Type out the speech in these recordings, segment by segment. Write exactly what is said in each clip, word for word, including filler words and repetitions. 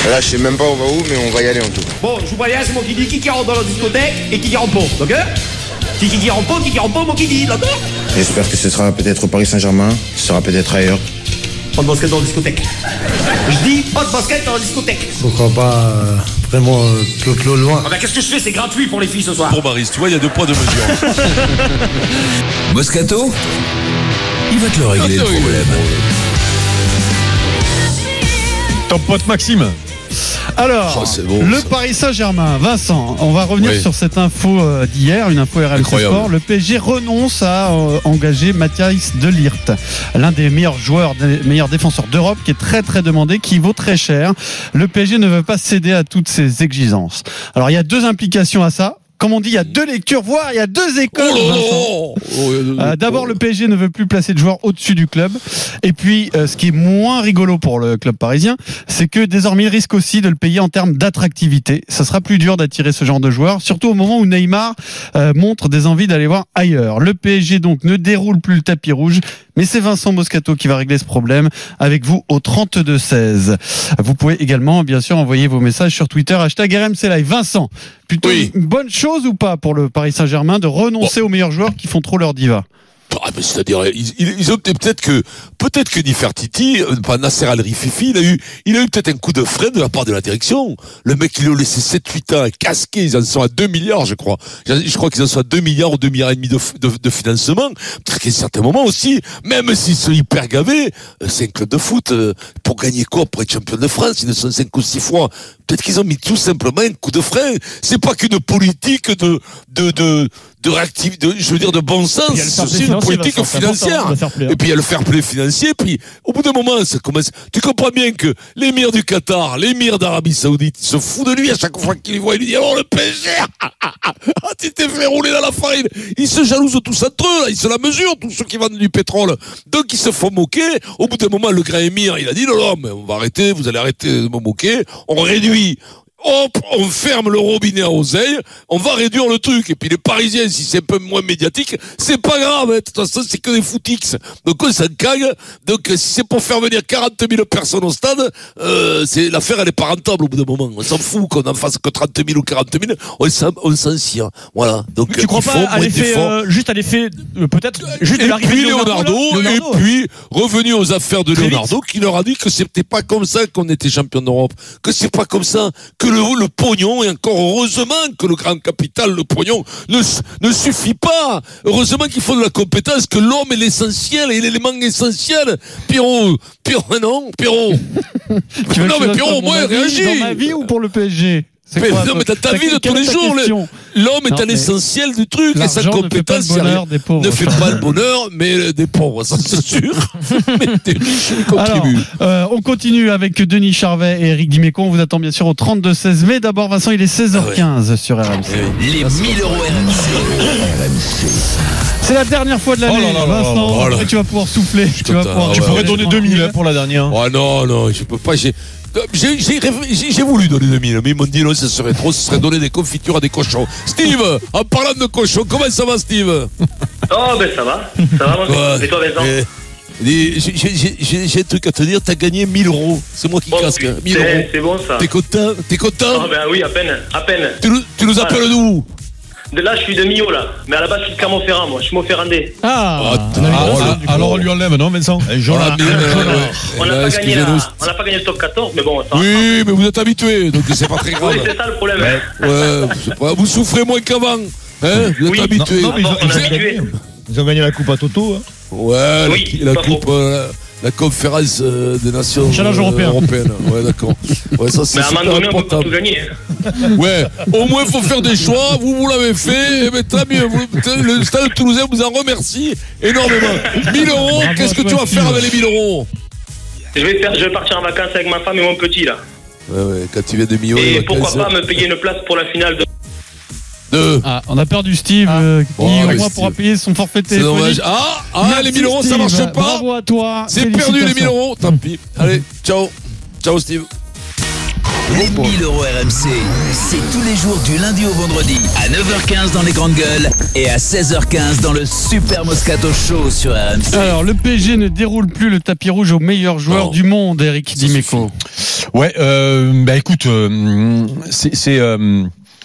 Là, je sais même pas on va où, mais on va y aller en tout cas. Bon, je vous préviens, c'est moi qui dis qui qui rentre dans la discothèque et qui qui rentre pas, d'accord? Qui qui rentre pas, qui qui rentre pas, moi qui dis, d'accord? J'espère que ce sera peut-être au Paris Saint-Germain, ce sera peut-être ailleurs. Pas de basket dans la discothèque. Je dis pas de basket dans la discothèque. Pourquoi pas euh, vraiment euh, plus, plus loin. Ah bah qu'est-ce que je fais? C'est gratuit pour les filles ce soir. Pour Maris, tu vois, il y a deux poids, deux mesures. Moscato, il va te le régler le problème. Ton pote Maxime. Alors, oh, bon, le ça. Paris Saint-Germain, Vincent, on va revenir oui. sur cette info euh, d'hier, une info R M C Sport. Le P S G renonce à euh, engager Matthijs de Ligt, l'un des meilleurs joueurs, des meilleurs défenseurs d'Europe, qui est très très demandé, qui vaut très cher. Le P S G ne veut pas céder à toutes ces exigences. Alors, il y a deux implications à ça. Comme on dit, il y a deux lectures, voire il y a deux écoles. Oh, oh, euh, D'abord, le P S G ne veut plus placer de joueurs au-dessus du club. Et puis, euh, ce qui est moins rigolo pour le club parisien, c'est que désormais, il risque aussi de le payer en termes d'attractivité. Ça sera plus dur d'attirer ce genre de joueurs, surtout au moment où Neymar euh, montre des envies d'aller voir ailleurs. Le P S G, donc, ne déroule plus le tapis rouge. Mais c'est Vincent Moscato qui va régler ce problème avec vous au trente-deux seize. Vous pouvez également, bien sûr, envoyer vos messages sur Twitter, hashtag R M C Live. Vincent, plutôt oui. une bonne chose ou pas pour le Paris Saint-Germain de renoncer bon. aux meilleurs joueurs qui font trop leur diva? Ah, mais c'est-à-dire, ils, ils ont peut-être que, peut-être que Nefertiti, pas Nasser Al-Rififi, il a eu, il a eu peut-être un coup de frein de la part de la direction. Le mec, il l'a laissé sept huit ans casqué, ils en sont à deux milliards, je crois. Je crois qu'ils en sont à deux milliards ou deux milliards et demi de, de, de financement. Peut-être qu'à un certain moment aussi, même s'ils sont hyper gavés, c'est un club de foot, pour gagner quoi, pour être champion de France, ils ne sont cinq ou six fois. Peut-être qu'ils ont mis tout simplement un coup de frein. C'est pas qu'une politique de, de, de, de réactivité, de, je veux dire, de bon sens. C'est aussi une politique financière. Et puis il y a le fair play financier. Puis au bout d'un moment, ça commence. Tu comprends bien que l'émir du Qatar, l'émir d'Arabie Saoudite, il se fout de lui à chaque fois qu'il voit. Il lui dit alors le P S G, ah, ah, ah, ah, tu t'es fait rouler dans la farine. Ils se jalousent tous entre eux. Là. Ils se la mesurent, tous ceux qui vendent du pétrole. Donc ils se font moquer. Au bout d'un moment, le grand émir, il a dit non, non, mais on va arrêter. Vous allez arrêter de me moquer. On réduit. Hop, on ferme le robinet à oseille, on va réduire le truc. Et puis les Parisiens, si c'est un peu moins médiatique, c'est pas grave. Hein. De toute façon, c'est que des footix. Donc on s'en cague. Donc si c'est pour faire venir quarante mille personnes au stade, euh, c'est, l'affaire, elle est pas rentable au bout d'un moment. On s'en fout qu'on en fasse que trente mille ou quarante mille. On s'en, on s'en cire. Voilà. Donc, tu crois pas à l'effet, euh, juste à l'effet, euh, peut-être, juste et de l'arrivée puis de Leonardo, Leonardo, Leonardo, et puis, revenu aux affaires de Leonardo, qui leur a dit que c'était pas comme ça qu'on était champion d'Europe. Que c'est pas comme ça. Que le, le pognon, et encore heureusement que le grand capital, le pognon, ne, ne suffit pas. Heureusement qu'il faut de la compétence, que l'homme est l'essentiel, et l'élément essentiel. Pierrot, Pierrot, non, Pierrot. Non, mais Pierrot, au moins, réagis. Dans ma vie ou pour le P S G? Mais, quoi, non, mais dans ta vie de tous les jours, le, l'homme est à l'essentiel du truc, et sa compétence ne fait pas le bonheur des pauvres. Ne fait pas le bonheur, mais des pauvres, ça c'est sûr. Mais des riches, ils contribuent. Alors, euh, on continue avec Denis Charvet et Eric Dimeco. On vous attend bien sûr au trente-deux seize. Mais d'abord, Vincent, il est seize heures quinze ah ouais. sur R M C. Les mille euros R M C. C'est la dernière fois de l'année, oh là là Vincent. Là là là là. Tu vas pouvoir souffler. Tu, vas pouvoir, ouais, tu ouais, pourrais ouais. donner deux mille pour la dernière. Oh non, non, je peux pas. J'ai... J'ai, j'ai, j'ai, j'ai voulu donner deux mille, mais ils m'ont dit non, ça serait trop, ce serait donner des confitures à des cochons. Steve, en parlant de cochons, comment ça va, Steve? Oh, ben ça va, ça va, moi. Et toi, Vincent? J'ai, j'ai, j'ai, j'ai un truc à te dire, t'as gagné mille euros. C'est moi qui bon, casque. mille c'est, euros. C'est bon, ça. T'es content? T'es content? Oh, ben oui, à peine, à peine. Tu nous, tu nous appelles voilà. D'où? De là, je suis de Millau, là. Mais à la base, je suis de Clermont-Ferrand, moi. Je suis Montferrandais. Ah, ah, ah, ah alors, alors on lui enlève, non, Vincent? Voilà. On n'a pas, pas gagné le top quatorze, mais bon. Ça oui, va. Mais vous êtes habitués, donc c'est pas très grave. Oui, c'est ça le problème. Ouais, ouais pas, vous souffrez moins qu'avant. Hein, vous êtes oui. habitués. Non, non, mais ils, ont, ils, ont gagné, ils ont gagné la coupe à Toto. Hein. Ouais, oui, la, la coupe. Euh, la conférence euh, des nations Challenge euh, européen. européennes. Ouais, d'accord. Ouais, ça, c'est mais à un moment donné, on peut pas tout gagner. Ouais, au moins, il faut faire des choix. Vous, vous l'avez fait. Et bien, très bien. Vous, le Stade Toulousain vous en remercie énormément. mille euros, qu'est-ce que tu vas faire avec les mille euros? Je vais, faire, je vais partir en vacances avec ma femme et mon petit, là. Ouais, ouais, quand tu viens de Millau. Et pourquoi pas me payer une place pour la finale de. De... Ah, on a perdu Steve ah. euh, qui oh, au moins pourra payer son forfait téléphonique. C'est dommage. Ah, ah Merci les mille euros Steve. Ça marche pas. Bravo à toi. C'est perdu les mille euros. Tant pis. Allez, ciao. Ciao Steve. Les mille euros R M C, c'est tous les jours du lundi au vendredi à neuf heures quinze dans les grandes gueules et à seize heures quinze dans le Super Moscato Show sur R M C. Alors, le P S G ne déroule plus le tapis rouge aux meilleurs joueurs non. du monde, Eric Dimeco. Ouais, euh, bah écoute, euh, c'est, c'est euh,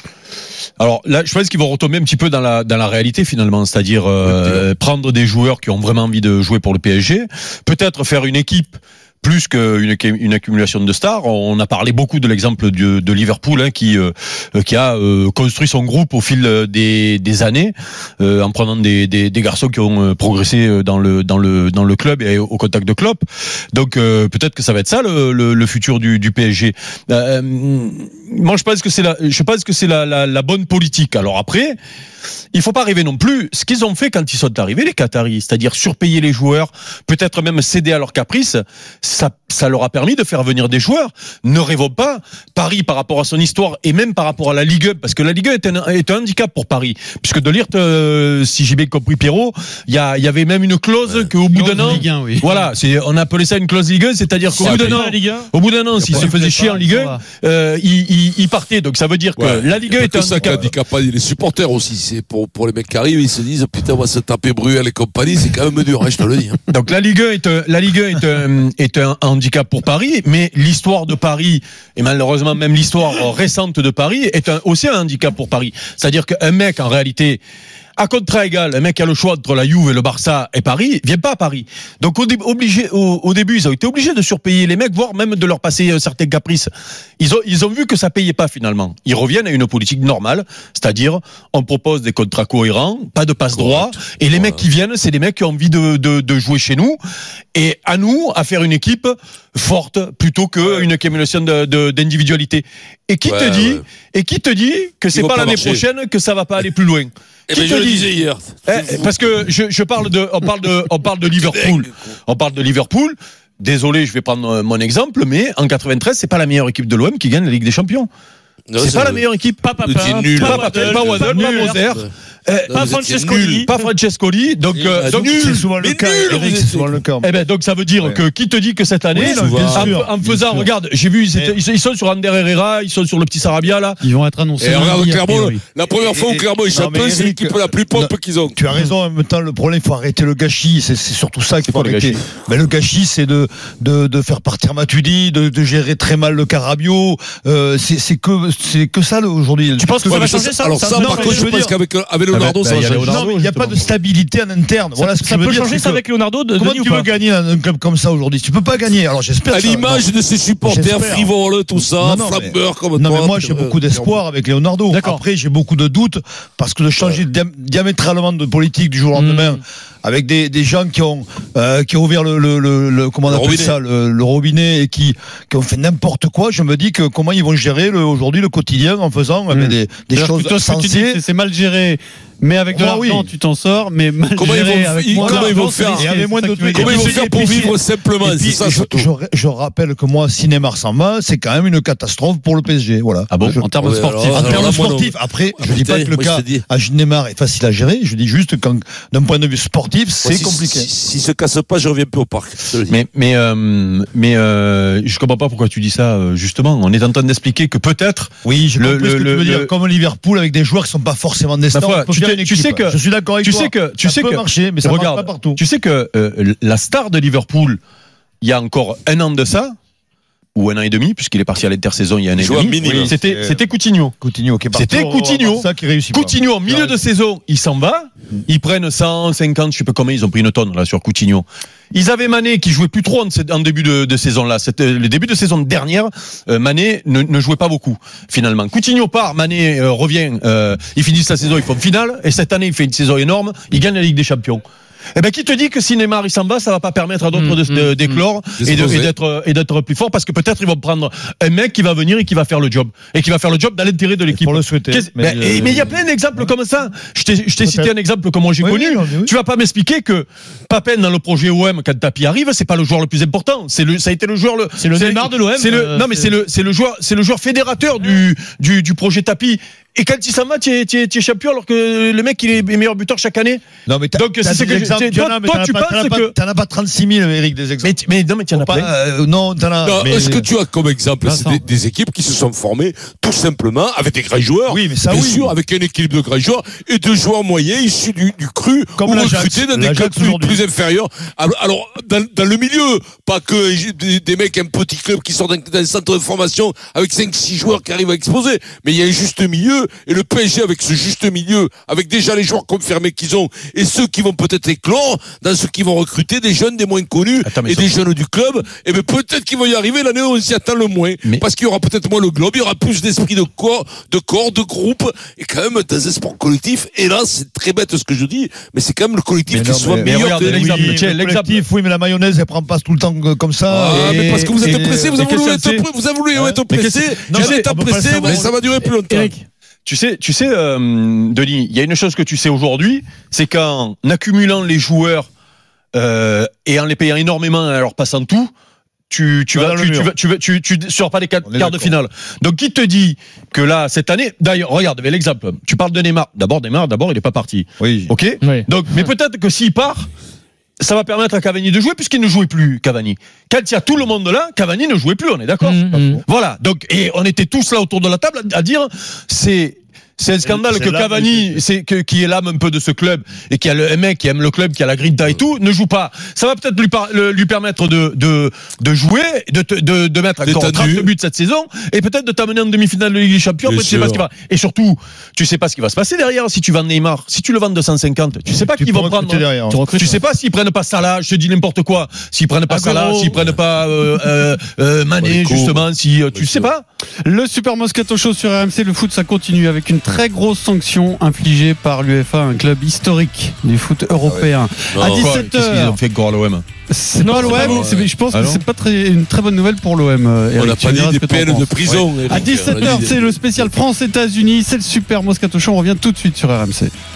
alors là, je pense qu'ils vont retomber un petit peu dans la dans la réalité finalement, c'est-à-dire euh, prendre des joueurs qui ont vraiment envie de jouer pour le P S G, peut-être faire une équipe plus qu'une une accumulation de stars. On a parlé beaucoup de l'exemple de, de Liverpool hein, qui euh, qui a euh, construit son groupe au fil des, des années euh, en prenant des, des, des garçons qui ont progressé dans le dans le dans le club et au contact de Klopp. Donc euh, peut-être que ça va être ça le, le, le futur du, du P S G. Euh, moi je pense que c'est la je pense que c'est la, la, la bonne politique. Alors après, il faut pas rêver non plus. Ce qu'ils ont fait quand ils sont arrivés les Qataris, c'est-à-dire surpayer les joueurs, peut-être même céder à leurs caprices. Ça, ça leur a permis de faire venir des joueurs. Ne rêvons pas. Paris, par rapport à son histoire et même par rapport à la Ligue un, parce que la Ligue un est un, est un handicap pour Paris. Puisque de Ligt, euh, si j'ai bien compris Pierrot, il y, a, y avait même une clause ouais. qu'au bout d'un an, Ligue un, oui. voilà, c'est, on appelait ça une clause Ligue un, c'est-à-dire qu'au bout d'un an, au bout d'un an, s'il se faisait chier en Ligue un, euh, il, il, il partait. Donc ça veut dire que ouais. la Ligue un est un handicap. handicap. Les supporters aussi, c'est pour, pour les mecs qui arrivent, ils se disent putain, on va se taper Bruel et compagnie, c'est quand même dur, hein, je te le dis. Hein. Donc la Ligue un est un, la Ligue un est un, est un handicap pour Paris, mais l'histoire de Paris, et malheureusement même l'histoire récente de Paris, est un, aussi un handicap pour Paris. C'est-à-dire qu'un mec, en réalité, à contrat égal, un mec qui a le choix entre la Juve et le Barça et Paris, vient pas à Paris. Donc au, dé- obligé, au, au début, ils ont été obligés de surpayer les mecs, voire même de leur passer euh, certains caprices. Ils ont, ils ont vu que ça payait pas finalement. Ils reviennent à une politique normale, c'est-à-dire on propose des contrats cohérents, pas de passe-droit, et les mecs qui viennent, c'est des mecs qui ont envie de, de, de jouer chez nous, et à nous à faire une équipe forte plutôt qu'une accumulation de, de, d'individualité. Et qui ouais, te dit, ouais. et qui te dit que c'est pas, pas l'année marcher. prochaine que ça va pas aller plus loin? Eh ben, je le disais hier. Eh, parce que je, je parle de, on parle de, on parle de Liverpool. On parle de Liverpool. Désolé, je vais prendre mon exemple, mais en quatre-vingt-treize, c'est pas la meilleure équipe de l'O M qui gagne la Ligue des Champions. Non, c'est, c'est pas le... la meilleure équipe. Pas Papin, pas nul. Pas Papin, pas Waddle, pas Moser. Eh, pas Francescoli, pas Francescoli, donc, euh, donc c'est souvent le cas. Eric, c'est souvent le cas. Eh ben, donc ça veut dire ouais. que qui te dit que cette année, oui, non, en, en faisant, regarde, j'ai vu, ils, étaient, ils, ils sont sur Ander Herrera, ils sont sur le petit Sarabia là. Ils vont être annoncés. Et regarde Clermont, la première fois où Clermont est champion, c'est l'équipe la plus pompe qu'ils ont. Tu as raison, en même temps, le problème, il faut arrêter le gâchis. C'est, c'est surtout ça qu'il faut arrêter. Mais le gâchis, c'est de, de, de faire partir Matuidi, de, de gérer très mal le Carabio. Euh, c'est, c'est que, c'est que ça aujourd'hui. Tu penses que ça va changer ça? Alors ça, par contre, je pense qu'avec Leonardo, ça va changer. Non, mais il n'y a pas de stabilité en interne. Ça, voilà ce que ça peut dire, changer ça avec Leonardo de Comment tu veux gagner dans un club comme ça aujourd'hui? Tu peux pas gagner. Alors j'espère. À l'image de ses supporters frivoles, tout ça, flambeurs comme non, toi. Non, mais moi j'ai beaucoup d'espoir avec Leonardo. D'accord. Après j'ai beaucoup de doutes parce que de changer ouais. diamétralement de politique du jour au lendemain. Mmh. Avec des, des gens qui ont euh, qui ont ouvert le, le, le, le comment on le appelle robinet. ça le, le robinet et qui qui ont fait n'importe quoi. Je me dis que comment ils vont gérer le, aujourd'hui le quotidien en faisant mmh. des, des choses sensées. C'est, c'est mal géré. Mais avec de oh, l'argent, oui. tu t'en sors. Mais mal comment géré ils vont, avec ils, moins comment ils vont faire moins de Comment ils vont faire pour vivre simplement c'est ça, je, je, je rappelle que moi, si Neymar s'en va, c'est quand même une catastrophe pour le P S G. Voilà. Ah bon je, en termes sportifs. En termes sportifs. Après, je dis pas que le cas à Neymar est facile à gérer. Je dis juste que d'un point de vue sportif, c'est compliqué. S'il se casse pas, je reviens plus au parc. Mais mais mais je comprends pas pourquoi tu dis ça. Justement, on est en train d'expliquer que peut-être. Oui, je comprends ce que tu veux dire. Comme Liverpool avec des joueurs qui sont pas forcément des stars. Tu sais que je suis d'accord avec tu toi. Sais que, tu ça sais peut que, marcher, mais ça ne marche pas partout. Tu sais que euh, la star de Liverpool, il y a encore un an de ça, ou un an et demi, puisqu'il est parti à l'intersaison il y a un an et demi, oui, c'était, c'était Coutinho. Coutinho qui est parti. C'était Coutinho. Ça qui réussit Coutinho, en milieu de saison, il s'en va. Ils prennent cent cinquante, je sais pas combien, ils ont pris une tonne là sur Coutinho. Ils avaient Mané qui jouait plus trop en, en début de, de saison là. C'était le début de saison dernière. Euh, Mané ne, ne jouait pas beaucoup finalement. Coutinho part, Mané euh, revient. Euh, ils finissent la saison, ils font finale. Et cette année, il fait une saison énorme. Il gagne la Ligue des Champions. Eh ben, qui te dit que si Neymar il s'en va, ça va pas permettre à d'autres mmh, de, de, d'éclore mmh. et, de, et d'être et d'être plus fort parce que peut-être ils vont prendre un mec qui va venir et qui va faire le job et qui va faire le job dans l'intérêt de l'équipe. Pour le souhaiter. Mais il euh... y a plein d'exemples ouais. comme ça. Je t'ai, je t'ai cité un exemple que moi j'ai oui, connu. Oui, oui. Tu vas pas m'expliquer que Papin dans le projet O M quand Tapi arrive, c'est pas le joueur le plus important. C'est le, ça a été le joueur le. C'est le Neymar de l'O M. C'est le, euh, non mais c'est, c'est le, c'est le joueur, c'est le joueur fédérateur du du du projet Tapi. et quand il s'en va, tu es, tu es, tu es champion alors que le mec il est meilleur buteur chaque année. Non mais t'as, donc t'as c'est ce que exemples, je, toi, toi, toi tu pas, penses t'en as que pas, t'en as pas trente-six mille, Eric, des exemples. Mais, mais non mais tu en as pas. Euh, non, t'en as. Non, mais... Est-ce que tu as comme exemple c'est des, des équipes qui se sont formées tout simplement avec des grands joueurs, oui, mais ça, bien oui. sûr, avec un équilibre de grands joueurs et de joueurs moyens issus du, du cru comme ou l'Ajax, recrutés dans des clubs plus, plus inférieurs. Alors, alors dans, dans le milieu, pas que des, des mecs, un petit club qui sort d'un, d'un centre de formation avec cinq six joueurs qui arrivent à exploser. Mais il y a un juste milieu et le P S G avec ce juste milieu, avec déjà les joueurs confirmés qu'ils ont et ceux qui vont peut-être éclore dans ceux qui vont recruter des jeunes, des moins connus. Attends, et des jeunes du club, et bien peut-être qu'ils vont y arriver l'année où on s'y attend le moins. Mais... Parce qu'il y aura peut-être moins le globe, il y aura plus d'esprit de corps, de corps, de groupe, et quand même dans un sport collectif. Et là, c'est très bête ce que je dis, mais c'est quand même le collectif mais qui non, soit mais meilleur. Regarde, que l'exemple, oui, tiens, le l'exemple. Oui, mais la mayonnaise, elle prend pas tout le temps comme ça. Ah, et, mais parce que vous êtes pressé, vous avez voulu être, c'est... vous avez voulu ouais. être pressé. Non, J'en étais pressé, mais ça va durer plus longtemps. Eric. Tu sais, tu sais, euh, Denis, il y a une chose que tu sais aujourd'hui, c'est qu'en accumulant les joueurs euh, et en les payant énormément et en leur passant tout, tu tu vas tu, tu vas tu vas tu tu sors pas les quarts de finale. Donc qui te dit que là cette année, d'ailleurs regarde l'exemple, tu parles de Neymar, d'abord Neymar d'abord il est pas parti. Oui. OK oui. Donc mais peut-être que s'il part, ça va permettre à Cavani de jouer puisqu'il ne jouait plus Cavani. Quand il y a tout le monde là, Cavani ne jouait plus, on est d'accord. Mmh, voilà. Donc et on était tous là autour de la table à, à dire c'est c'est un scandale c'est que Cavani, c'est que qui est l'âme un peu de ce club et qui a le un mec qui aime le club, qui a la grinta et tout, ne joue pas. Ça va peut-être lui par, le, lui permettre de de de jouer, de de de mettre encore trente buts cette saison et peut-être de t'amener en demi-finale de Ligue des Champions. Après, tu sais pas ce qui va. Et surtout, tu sais pas ce qui va se passer derrière si tu vends Neymar, si tu le vends deux cent cinquante, tu sais pas qui vont prendre. Derrière, tu, recrutes, tu sais pas s'ils prennent pas Salah, je te dis n'importe quoi. S'ils prennent pas Salah, s'ils prennent pas euh, euh, euh, Mané justement, si euh, tu sais pas. Le Super Moscato Show sur R M C, le foot ça continue avec une très grosse sanction infligée par l'UEFA, un club historique du foot européen. Ah ouais. À dix-sept heures. Qu'est-ce qu'ils ont fait avec l'O M? C'est non, pas l'O M, c'est, je pense ah que c'est pas très, une très bonne nouvelle pour l'O M. On n'a pas dit des peines de prison. Ouais. À dix-sept heures, c'est le spécial France-États-Unis, c'est le Super Moscato Show, on revient tout de suite sur R M C.